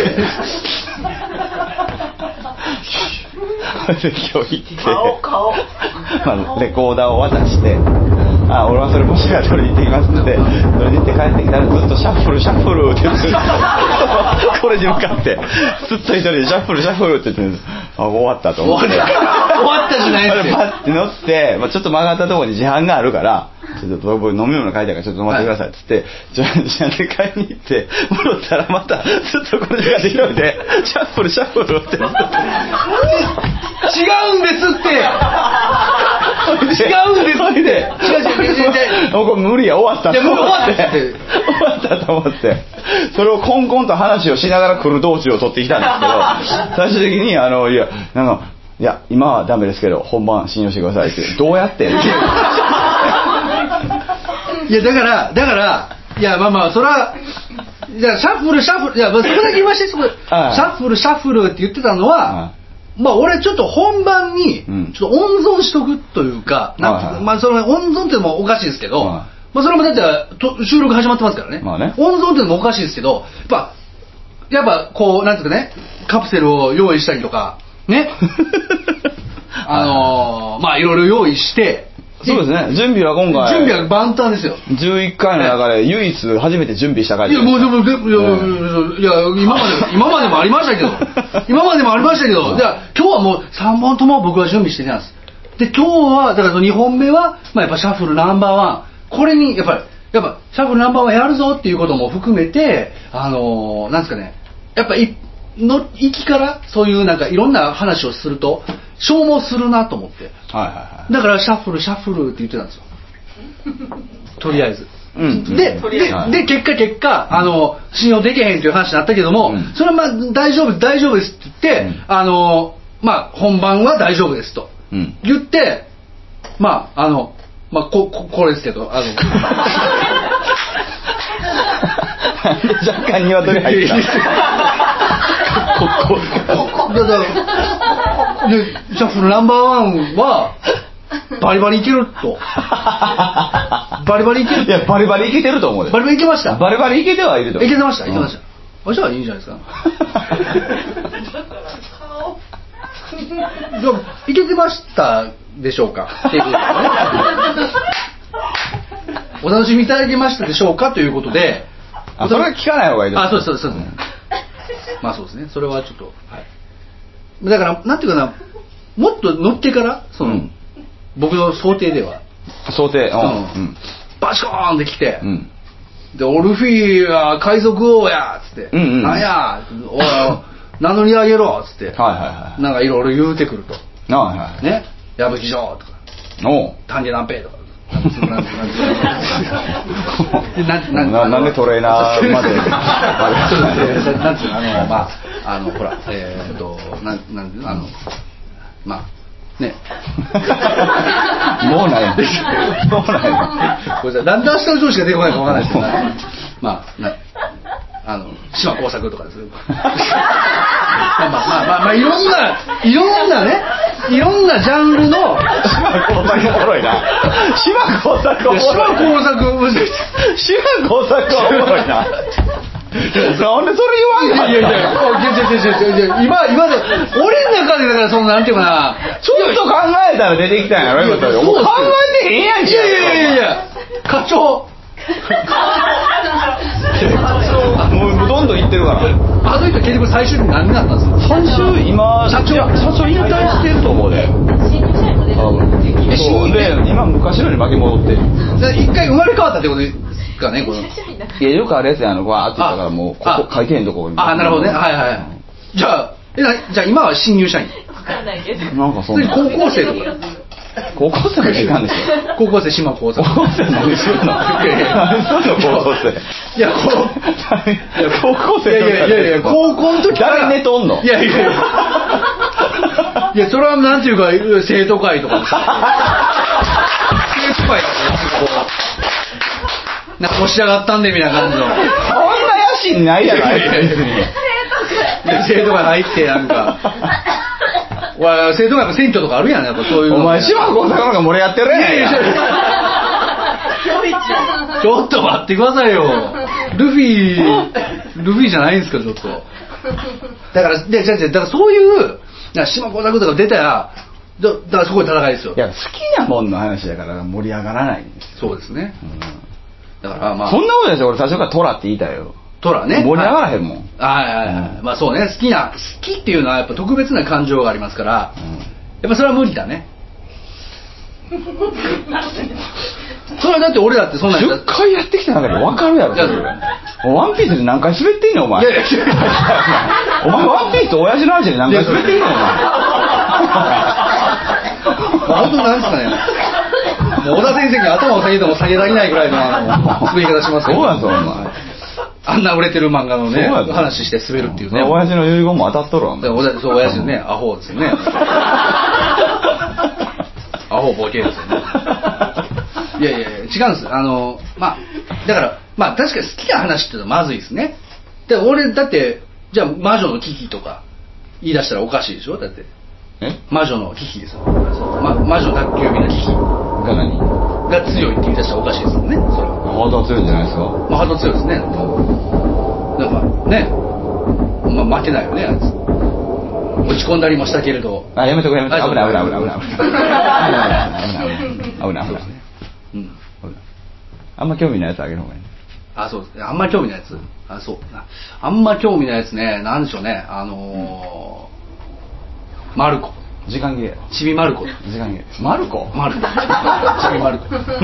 今日行って顔レコーダーを渡して、俺はそれもしが取りに行ってきますので、取りに行って帰ってきたらずっとシャッフルって言ってる。これに向かってずっと一人でシャッフルって言ってるんです。終わったと思って。終わったじゃないですよ。 パッて乗って、ちょっと曲がったところに自販があるから、ちょっと僕飲み物買いたいからちょっと待ってくださいって言って、自販で買いに行って戻ったらまたずっとこの時間で一人でシャッフルって違うんですって。 僕無理や終わったと思ってそれをコンコンと話をしながら来る道中を取ってきたんですけど、最終的にいや今はダメですけど本番信用してくださいって。どうやっていやだからいやそれはじゃあシャッフルいやそこだけ言わしてシャッフルって言ってたのは、俺ちょっと本番にちょっと温存しとくというか、その温存っていうのもおかしいですけど、それもだって収録始まってますからね。温存っていうのもおかしいですけど、やっぱこうなんていうかね、カプセルを用意したりとかね、いろいろ用意して。 そうですね。準備は今回。 準備は万端ですよ。 11回の中で唯一初めて準備した回です。 今までもありましたけど。じゃあ今日はもう3本とも僕は準備してきたんです。で今日はだから2本目はやっぱシャッフルナンバーワン、これにやっぱシャッフルナンバーワンやるぞっていうことも含めてなんですかね、やっぱ行きからそういうなんかいろんな話をすると消耗するなと思って、だからシャッフルって言ってたんですよ。 とりあえず。 うん、 で結果信用できへんという話になったけども、それはまあ大丈夫ですって言って、まあ本番は大丈夫ですと言って、まあまあこれですけど若干鶏入ったでシャッフルナンバーワンはバリバリいけるとバリバリいける。 いやバリバリいけてると思うで。 バリバリいけました。 バリバリいけてはいると。 いけてました。あ、じゃあいいんじゃないですか。いけてましたでしょうかっていうことでねお楽しみいただけましたでしょうかということで、 それは聞かない方がいいです。 あ、そうです、まあそうですね、それはちょっと、はい、だからなんていうかな、もっと乗ってから僕の想定ではバシコーンってきて、でオルフィーは海賊王やっつって、なんやおい名乗り上げろっつって、なんかいろいろ言うてくると、ね、矢吹城とか丹下南平とかなんでトレーナーまでなんつうのまあほらなんていうのまあねもうないこれなんで明日の上司が出てこないかわからないですけど、まあ島耕作とかですまあいろんなね、いろんなジャンルの島耕作おもろいな。島耕作おもろい。島耕作おもろいな。なんでそれ言わんかった。 いや今で俺の中でだからそのなんていうかな、 ちょっと考えたら出てきたんやろ。今それ考えてへんやんけ。 いや課長もうどんどんいってるから。 あの人結局最終日何になったんですか。 最終今社長引退してると思うで。そうで今昔のに巻き戻って一回生まれ変わったってことですかね。このいやよくあるやつやわーって言ったからもうここ書いてへんとこなるほどね。はいじゃあ今は新入社員。 分かんないけどなんかそんな高校生とか。 高校生もいたんですよ。 高校生島耕作。 高校生何するの？何するの高校生。 いや高校生。 いや高校の時誰寝とんの？ いやそれはなんていうか生徒会とか生徒会とかなんか押し上がったんでみたいな感じの。 そんな野心ないやろ。 生徒会入ってなんか。生徒会選挙とかあるやん、やっぱそういうの。 お前島耕作の方が盛り上がってるやん。 ちょっと待ってくださいよ。ルフィじゃないんですかちょっと。だからそういう島耕作とか出たらだからすごい戦いですよ。 いや好きなもんの話だから盛り上がらないんですよ。 そうですね。だからまあそんなことですよ。俺最初からトラって言いたいよ。 トラね。 盛り上がらへんもん。 はい。まあそうね。好きっていうのはやっぱ特別な感情がありますから、やっぱそれは無理だね。それはだって俺だってそんな 10回やってきた中で分かるやろ。ワンピースで何回滑ってんねんお前。お前ワンピースと親父の話で何回滑ってんねんお前。 本当なんですかね。もう小田先生に頭を下げても下げられないぐらいの滑り方しますけど。 そうなんですよお前。 あんな売れてる漫画のね話して滑るっていうね。 親父の遺言も当たっとるわ。 そう親父ねアホですよね。アホボケですよね。いや違うんです。まあだからまあ確かに好きな話ってのはまずいですね。で俺だってじゃあ魔女の危機とか言い出したらおかしいでしょ。だって魔女の危機ですよ。魔女宅急便の危機が何が強いって言い出したらおかしいですもんね。それはハートは強いんじゃないですか。 まあハート強いですね。なんかね、まあ負けないよねあいつ。落ち込んだりもしたけれど。 やめとく危ない。あんま興味ないやつあげる方がいい。 そうですね。あんま興味ないやつ。そうあんま興味ないやつね。なんでしょうね。マルコ。 時間切れ。 ちびマルコ。 時間切れ。マルコ。 ちびマルコ。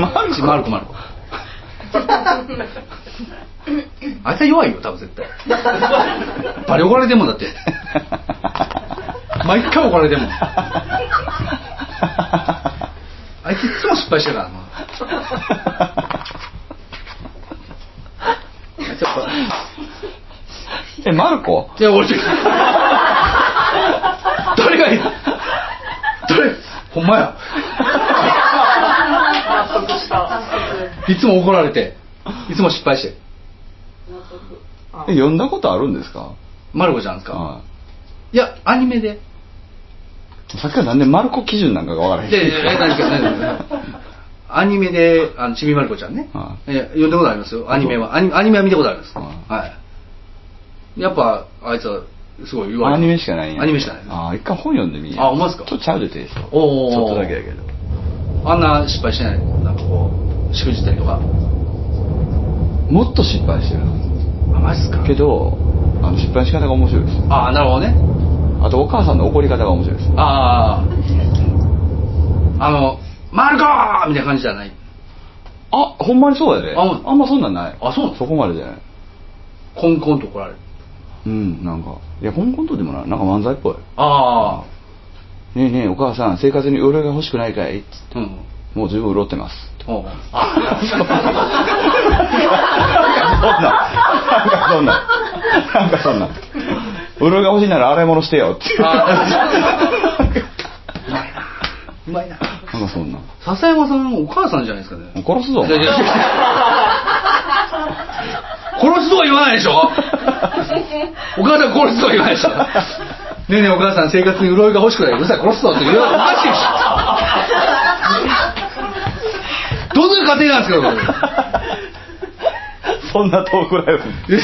あいつは弱いよ多分絶対。バリ怒られてもだって。毎回怒られても。あいついつも失敗してるからな。 マルコ？ いや俺誰がいい？誰？ほんまや。いつも怒られて、いつも失敗して。 読んだことあるんですか？ マルコちゃんですか？いやアニメで。 さっきからなんでマルコ基準なんかがわからへん。 アニメでちびまる子ちゃんね。読んだことありますよ。アニメはアニメは見たことあるんです。はい。やっぱあいつはすごい言われる。 アニメしかないんや。 アニメしかない。 一回本読んでみ。 ほんまですか？ ちょっとちゃうでテイスト。ちょっとだけだけど。 あんな失敗してない。なんかこうしくじったりとか。 もっと失敗してる。 マジっすか？ けど失敗の仕方が面白いです。 なるほどね。 あとお母さんの怒り方が面白いです。 マルコーみたいな感じじゃない。 ほんまにそうやで。あんまそんなんない。 そう。 そこまでじゃない。 コンコンと怒られる。 なんかいやコンコンとでもなんか漫才っぽい。ねえねえお母さん生活に潤いが欲しくないかいっつって、もう十分潤ってます。なんかそんな潤いが欲しいなら洗い物してよって。 うまいな。 なんかそんな。 笹山さんお母さんじゃないですかね。 殺すぞ。 殺すとは言わないでしょ。お母さん殺すとは言わないでしょ。ねえねえお母さん生活に潤いが欲しくない。うるさい殺すぞって言うのおかしいでしょ。どんな家庭なんですかこれ。 そんなトークライブ。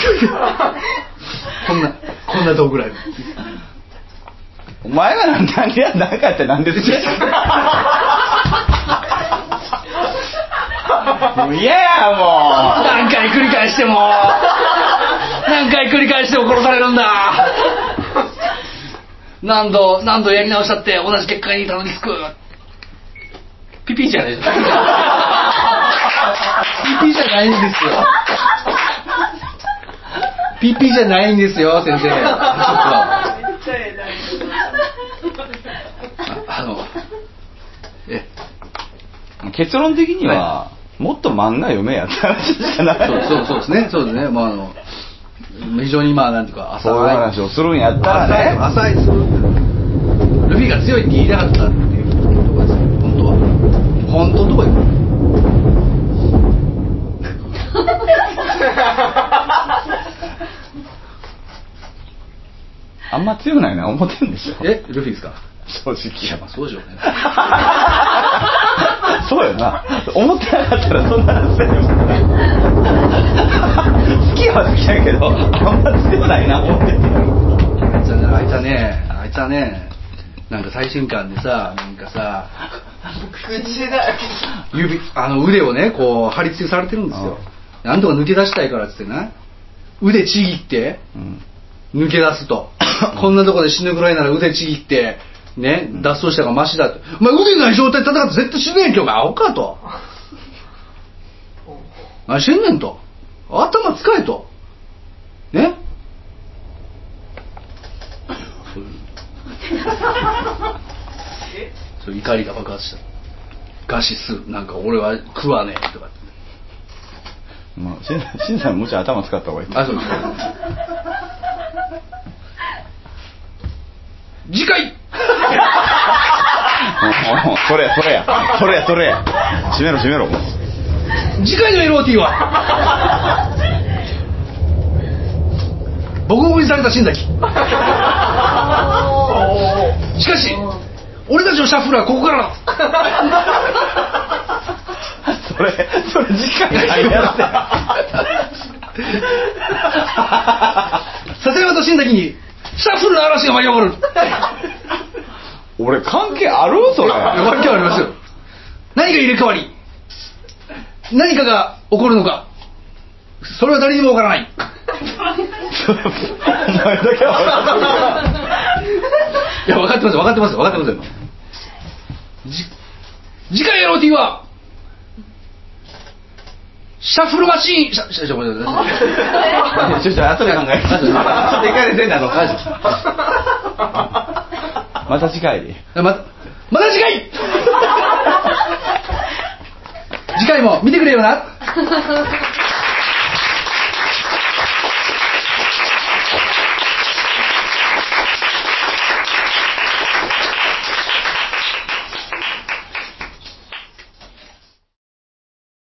こんなトークライブ。 お前が何やなんかってなんでですか。もう嫌やもう。 何回繰り返しても殺されるんだ。何度やり直したって同じ結果にたどり着く。ピピじゃないですか。ピピじゃないんですよ。ピピじゃないんですよ先生。 結論的には、もっと漫画読めやって話しかない。 そうですね。そうですね。非常になんていうかそういう話をするんやったらね。 浅いルフィが強いって言いたかったっていうところですよ。本当は。本当のところです。 あんま強くないな思ってんでしょ。 ルフィですか？ 正直。 いやそうでしょうね。 そうよな。思ってなかったらそんな話せんよ。好きは好きやけどあんま強くないな思ってて。 あいつはねなんか最新刊でさ腕をねこう張り付けされてるんですよ。なんとか抜け出したいからっつってな腕ちぎって、抜け出すとこんなとこで死ぬぐらいなら腕ちぎってね脱走した方がマシだって。お前腕ない状態で戦って絶対死ぬやんけお前アホかと。何してんねんと。頭使えとね。そう怒りが爆発した。餓死するなんか俺は食わねえとかって。 新さんもうちょい頭使った方がいい。 そうです。次回。 それや。閉めろ。 次回の LOT はボコボコにされた新崎。しかし俺たちのシャッフルはここからだ。 それ次回何やってんの。 笹山と新崎にシャッフルの嵐が舞い起こる。 俺関係あるそれ。 関係ありますよ。何が入れ替わり何かが起こるのかそれは誰にもわからない。 お前だけは分かってますよ。次回 LOT はシャッフルマシーン。後で考える。ちょっと一回でせんだろ。 また次回で。 また次回。 次回も見てくれよな。